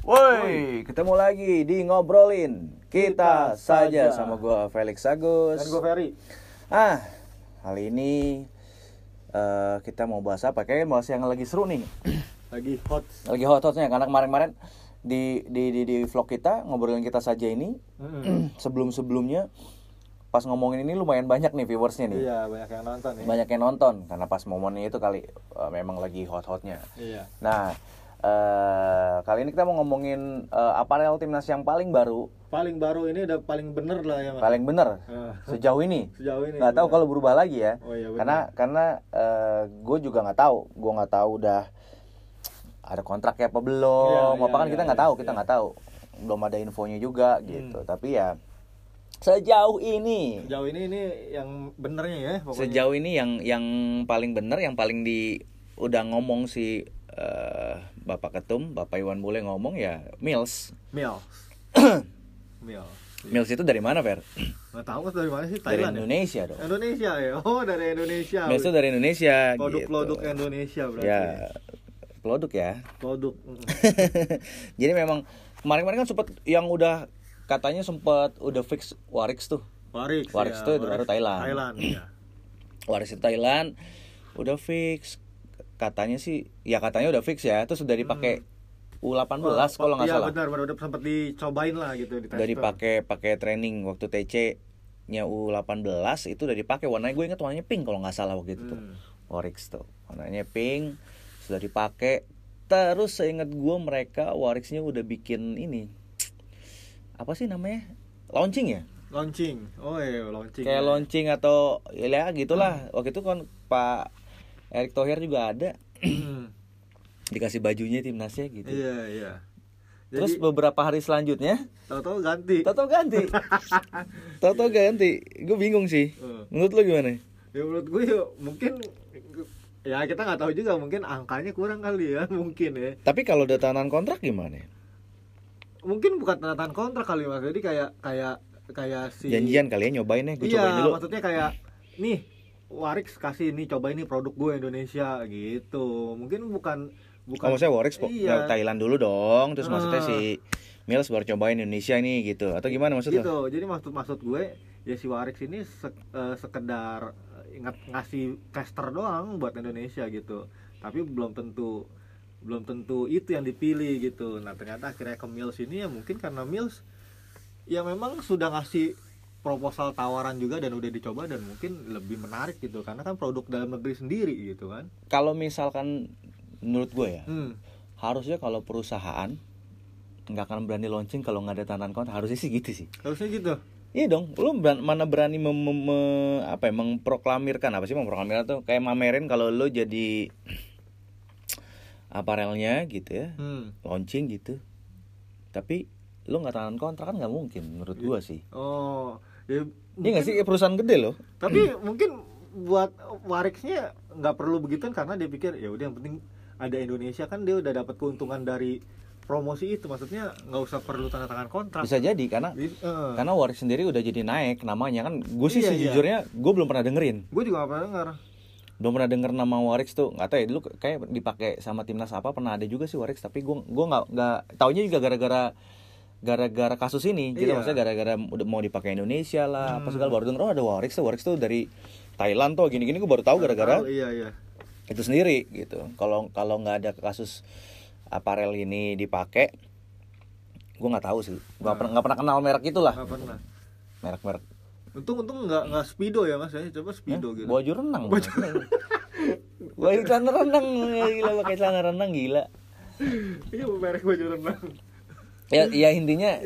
Woi, ketemu lagi di Ngobrolin Kita Saja sama gue Felix Agus. Dan gue Ferry. Kali ini kita mau bahas apa? Kayaknya bahas yang lagi seru nih. Lagi hot. Lagi hot-hotnya karena kemarin-kemarin di vlog kita Ngobrolin Kita Saja ini sebelum-sebelumnya pas ngomongin ini lumayan banyak nih viewersnya nih. Iya, banyak yang nonton ya. Banyak yang nonton karena pas momennya itu kali memang lagi hot-hotnya. Iya. Nah, kali ini kita mau ngomongin aparel timnas yang paling baru. Paling baru ini udah paling bener lah ya, Mas. Paling bener sejauh ini. Nggak tahu kalau berubah lagi ya. Oh, iya, karena gue juga nggak tahu. Gue nggak tahu udah ada kontraknya apa belum. Apa kan kita nggak tahu. Kita nggak tahu. Belum ada infonya juga gitu. Tapi ya sejauh ini ini yang benernya ya pokoknya. Sejauh ini yang paling bener, yang paling udah ngomong si Bapak Ketum, Bapak Iwan Bule ngomong ya Mills. Mills itu dari mana, Fer? Nggak tahu dari mana sih, dari Thailand Indonesia ya? dong. Indonesia ya. Oh, dari Indonesia. Mills itu dari Indonesia. Produk-produk gitu. Indonesia berarti. Ya, produk ya. Produk. Jadi memang kemarin kan sempat yang udah katanya sempat udah fix Warix tuh. Warix ya, tuh baru Thailand. Ya. Warix itu Thailand udah fix. Katanya udah fix ya. Terus sudah dipakai U18 kalau nggak salah. Iya benar udah sempat dicobain lah gitu di Udah dipakai training waktu TC-nya U18 itu udah dipakai. Warnanya gue ingat warnanya pink kalau nggak salah waktu itu tuh. Warix tuh. Warnanya pink sudah dipakai. Terus seingat gue mereka Warix-nya udah bikin ini. Apa sih namanya? Launching ya? Launching. Oh iya, launching. Kayak launching atau ya gitulah. Waktu itu kan Pak Erick Thohir juga ada. Dikasih bajunya timnasnya gitu. Iya. Terus beberapa hari selanjutnya tahu-tahu ganti. Gue bingung sih. Menurut lo gimana? Ya menurut gue mungkin ya kita nggak tahu juga, mungkin angkanya kurang kali ya, mungkin ya. Tapi kalau udah tanda kontrak gimana? Mungkin bukan tanda tangan kontrak kali, Mas. Jadi kayak si janjian kali ya, nyobain ya, gue cobain dulu. Iya, maksudnya kayak nih Warix kasih nih, cobain nih produk gue Indonesia gitu. Mungkin bukan maksudnya Warix Thailand dulu dong, terus maksudnya si Mills baru cobain Indonesia nih gitu. Atau gimana maksudnya? Gitu. Jadi maksud gue ya si Warix ini sekedar ngasih tester doang buat Indonesia gitu. Tapi belum tentu itu yang dipilih gitu. Nah ternyata akhirnya ke Mills ini ya mungkin karena Mills ya memang sudah ngasih proposal tawaran juga dan udah dicoba dan mungkin lebih menarik gitu, karena kan produk dalam negeri sendiri gitu kan. Kalau misalkan menurut gue ya harusnya kalau perusahaan nggak akan berani launching kalau nggak ada tanda kontrak, harusnya sih gitu sih. Harusnya gitu. Iya dong, lu mana berani memproklamirkan tuh kayak mamerin kalau lu jadi aparelnya gitu ya, launching gitu. Tapi lu nggak tanda kontrak kan nggak mungkin menurut gua sih. Oh, ya ini nggak sih perusahaan gede loh. Tapi mungkin buat Warix-nya nggak perlu begitu karena dia pikir ya udah yang penting ada Indonesia, kan dia udah dapat keuntungan dari promosi itu, maksudnya nggak usah perlu tanda tangan kontrak. Bisa jadi karena Warix sendiri udah jadi naik namanya kan. Gue sih sejujurnya gue belum pernah dengerin. Gue juga nggak pernah denger. Belum pernah denger nama Warix tuh, nggak tahu ya dulu kayak dipakai sama timnas apa, pernah ada juga sih Warix, tapi gue nggak taunya juga gara-gara kasus ini gitu. Maksudnya gara-gara udah mau dipakai Indonesia lah apa segala, baru denger ada Warix tuh dari Thailand tuh gini-gini. Gue baru tahu gara-gara itu sendiri gitu. Kalau nggak ada kasus aparel ini dipakai, gue nggak tahu sih. Gue nggak pernah kenal merek itulah. Nggak pernah. Merek. Untung nggak Speedo ya Mas ya, coba Speedo gitu. Baju renang. Baju celana renang, gila, pakai celana renang gila. Iya, merek baju renang. Ya intinya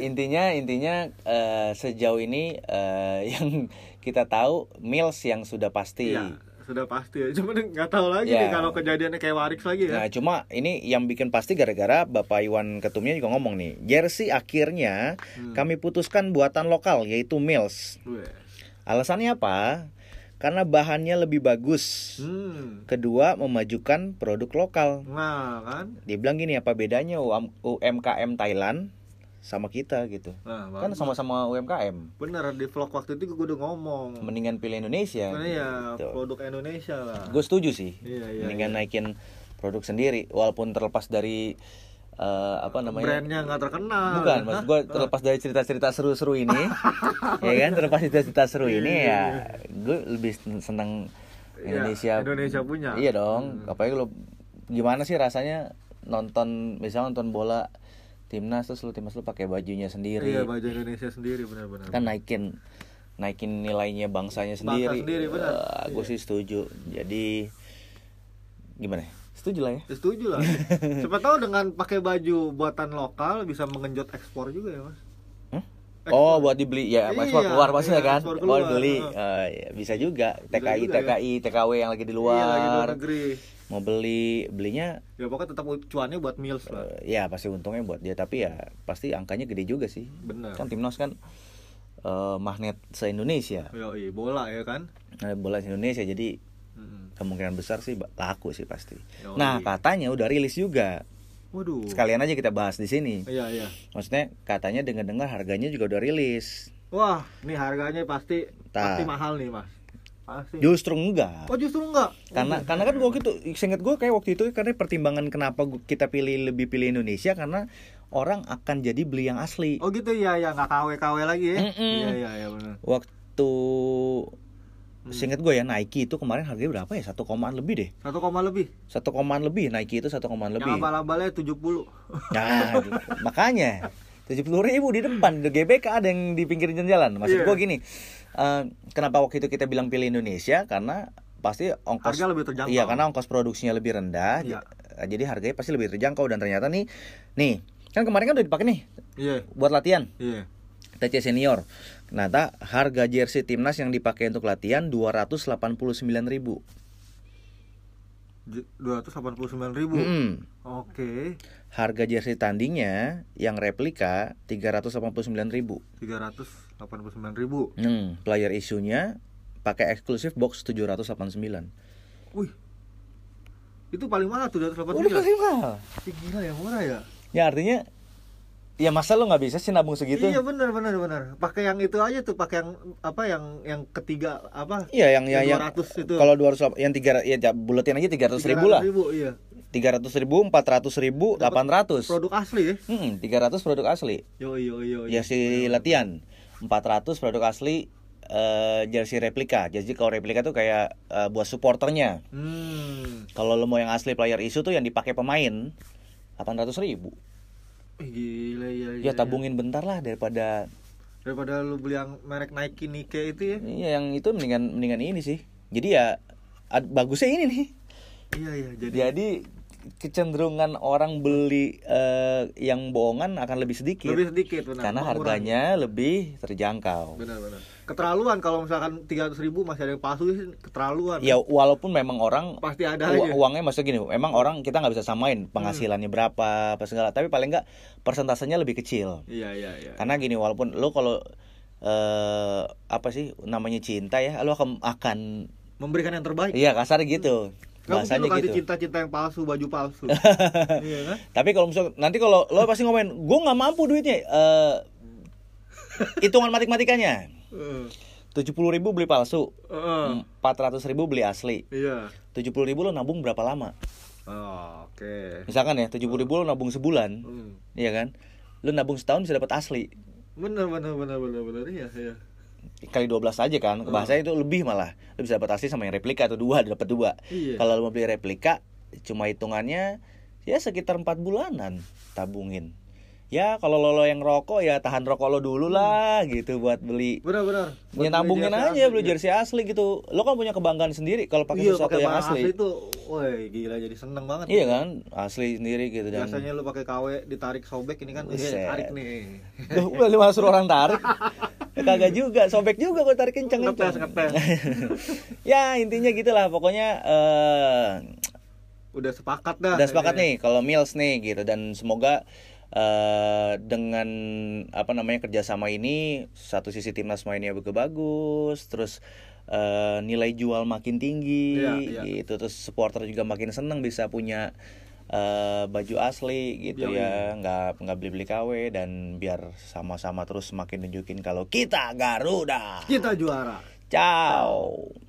sejauh ini yang kita tahu Mills yang sudah pasti. Iya, sudah pasti ya. Cuma nggak tahu lagi nih kalau kejadiannya kayak Warix lagi ya. Nah, cuma ini yang bikin pasti gara-gara Bapak Iwan Ketumnya juga ngomong nih, jersey akhirnya kami putuskan buatan lokal, yaitu Mills. Alasannya apa? Karena bahannya lebih bagus. Kedua, memajukan produk lokal. Nah, kan? Dia bilang gini, apa bedanya UMKM Thailand sama kita gitu. Nah, kan sama-sama UMKM. Bener, di vlog waktu itu gue udah ngomong. Mendingan pilih Indonesia. Iya, gitu. Produk Indonesia lah. Gue setuju sih. Iya, mendingan naikin produk sendiri, walaupun terlepas dari apa namanya, brandnya nggak terkenal. bukan maksud gue, terlepas dari cerita-cerita seru-seru ini ya kan, terlepas cerita-cerita seru ini ya gue lebih senang Indonesia. Indonesia punya. Iya dong. Apalagi lo gimana sih rasanya nonton, misalnya nonton bola timnas, terus timnas lu pakai bajunya sendiri. Iya, baju Indonesia sendiri, benar-benar. Kan naikin nilainya bangsanya sendiri. Benar. Gue sih setuju. Jadi gimana? Setuju lah ya. Setuju lah. Siapa tahu dengan pakai baju buatan lokal bisa mengenjot ekspor juga ya, Mas. Oh, buat dibeli ya, ekspor keluar maksudnya kan? Keluar beli. Ya, bisa juga. TKI, TKW yang lagi di luar. Iya, lagi di luar negeri. Mau belinya ya pokoknya tetap cuannya buat Mills lah. Ya pasti untungnya buat dia, tapi ya pasti angkanya gede juga sih. Benar. Kan timnas kan magnet se-Indonesia. Yoi, bola ya kan? Bola se-Indonesia, jadi kemungkinan besar sih laku sih pasti. Yoi. Nah, katanya udah rilis juga. Waduh. Sekalian aja kita bahas di sini. Iya. Maksudnya katanya dengar-dengar harganya juga udah rilis. Wah, nih harganya pasti mahal nih, Mas. Pasti. Justru enggak. Oh, justru enggak. Karena kan waktu itu, seingat gue kayak waktu itu karena pertimbangan kenapa kita lebih pilih Indonesia karena orang akan jadi beli yang asli. Oh gitu ya, nggak KW lagi ya. Iya benar. Waktu seingat gue ya, Nike itu kemarin harganya berapa ya? 1 komaan lebih deh. 1 koma lebih. 1 komaan lebih, Nike itu 1 komaan lebih. Yang abal-abalnya 70. Nah, makanya 70.000 di depan, di GBK ada yang di pinggir jalan. Maksud gue gini, kenapa waktu itu kita bilang pilih Indonesia? Karena pasti ongkos harga lebih terjangkau. Iya, karena ongkos produksinya lebih rendah. Iya. Jadi harganya pasti lebih terjangkau, dan ternyata nih kan kemarin kan udah dipakai nih. Iya. Buat latihan. Iya. TC senior. Ternyata harga jersey timnas yang dipakai untuk latihan 289.000. 289.000. Oke. Harga jersey tandingnya yang replika 389.000. 389.000. Player isunya pakai eksklusif box 789. Wih. Itu paling mahal tuh 289. Udah paling mahal. Gila ya, murah ya. Ya artinya ya masa lo nggak bisa sih nabung segitu? Iya benar. Pakai yang itu aja tuh, pakai yang apa yang ketiga apa? Iya yang 200 itu. Kalau 200 yang 3 ya buletin aja 300.000 lah. 300.000 iya. 300.000, 400.000, 800. Produk asli ya? 300 produk asli. Yo. Jersey latihan. 400 produk asli, jersey replika. Jadi kalau replika tuh kayak buat supporternya. Kalau lo mau yang asli player issue tuh yang dipakai pemain 800.000. Gila ya. Tabungin bentar lah daripada lu beli yang merek Nike itu ya. Iya, yang itu mendingan ini sih. Jadi ya bagusnya ini nih. Iya. Jadi kecenderungan orang beli yang bohongan akan lebih sedikit. Benar. Karena harganya lebih terjangkau. Benar. Keterlaluan kalau misalkan 300.000 masih ada yang palsu, keterlaluan. Ya walaupun memang orang pasti ada aja. Uangnya maksudnya gini, memang orang kita nggak bisa samain penghasilannya berapa apa segala, tapi paling nggak persentasenya lebih kecil. Iya. Karena gini, walaupun lo kalau apa sih namanya cinta ya, lo akan memberikan yang terbaik. Iya, kasar gitu. Bahasanya gitu. Cinta-cinta yang palsu, baju palsu. Iya kan? Tapi kalau misalnya nanti kalau lo pasti ngomongin, gue nggak mampu duitnya. Hitungan matik-matikannya. 70.000 beli palsu, 400.000 beli asli. Iya. 70.000 lo nabung berapa lama? Oke. Misalkan ya 70.000 lo nabung sebulan, iya kan? Lo nabung setahun bisa dapat asli. Bener iya. Kali 12 aja kan, bahasanya itu lebih malah. Lo bisa dapat asli sama yang replika atau dapat dua. Iya. Kalau lo mau beli replika, cuma hitungannya ya sekitar 4 bulanan tabungin. Ya kalau lo yang rokok ya tahan rokok lo dulu lah gitu buat beli. Benar. Ya tabungin aja beli jersey asli gitu. Lo kan punya kebanggaan sendiri kalau pakai sesuatu yang asli. Itu, woi gila jadi seneng banget. Iya kan, asli sendiri gitu. Dan biasanya lo pakai KW ditarik sobek, ini kan tarik nih. Udah malah suruh orang tarik. Ya, kagak juga, sobek juga gue tarik kenceng. Ngetes. Ya intinya gitulah pokoknya. Udah sepakat dah. Udah sepakat nih kalau Mills nih gitu, dan semoga dengan kerjasama ini, satu sisi timnas mainnya bagus, terus nilai jual makin tinggi, gitu, terus supporter juga makin seneng bisa punya baju asli gitu ya, nggak beli KW, dan biar sama-sama terus semakin nunjukin kalau kita Garuda, kita juara. Ciao.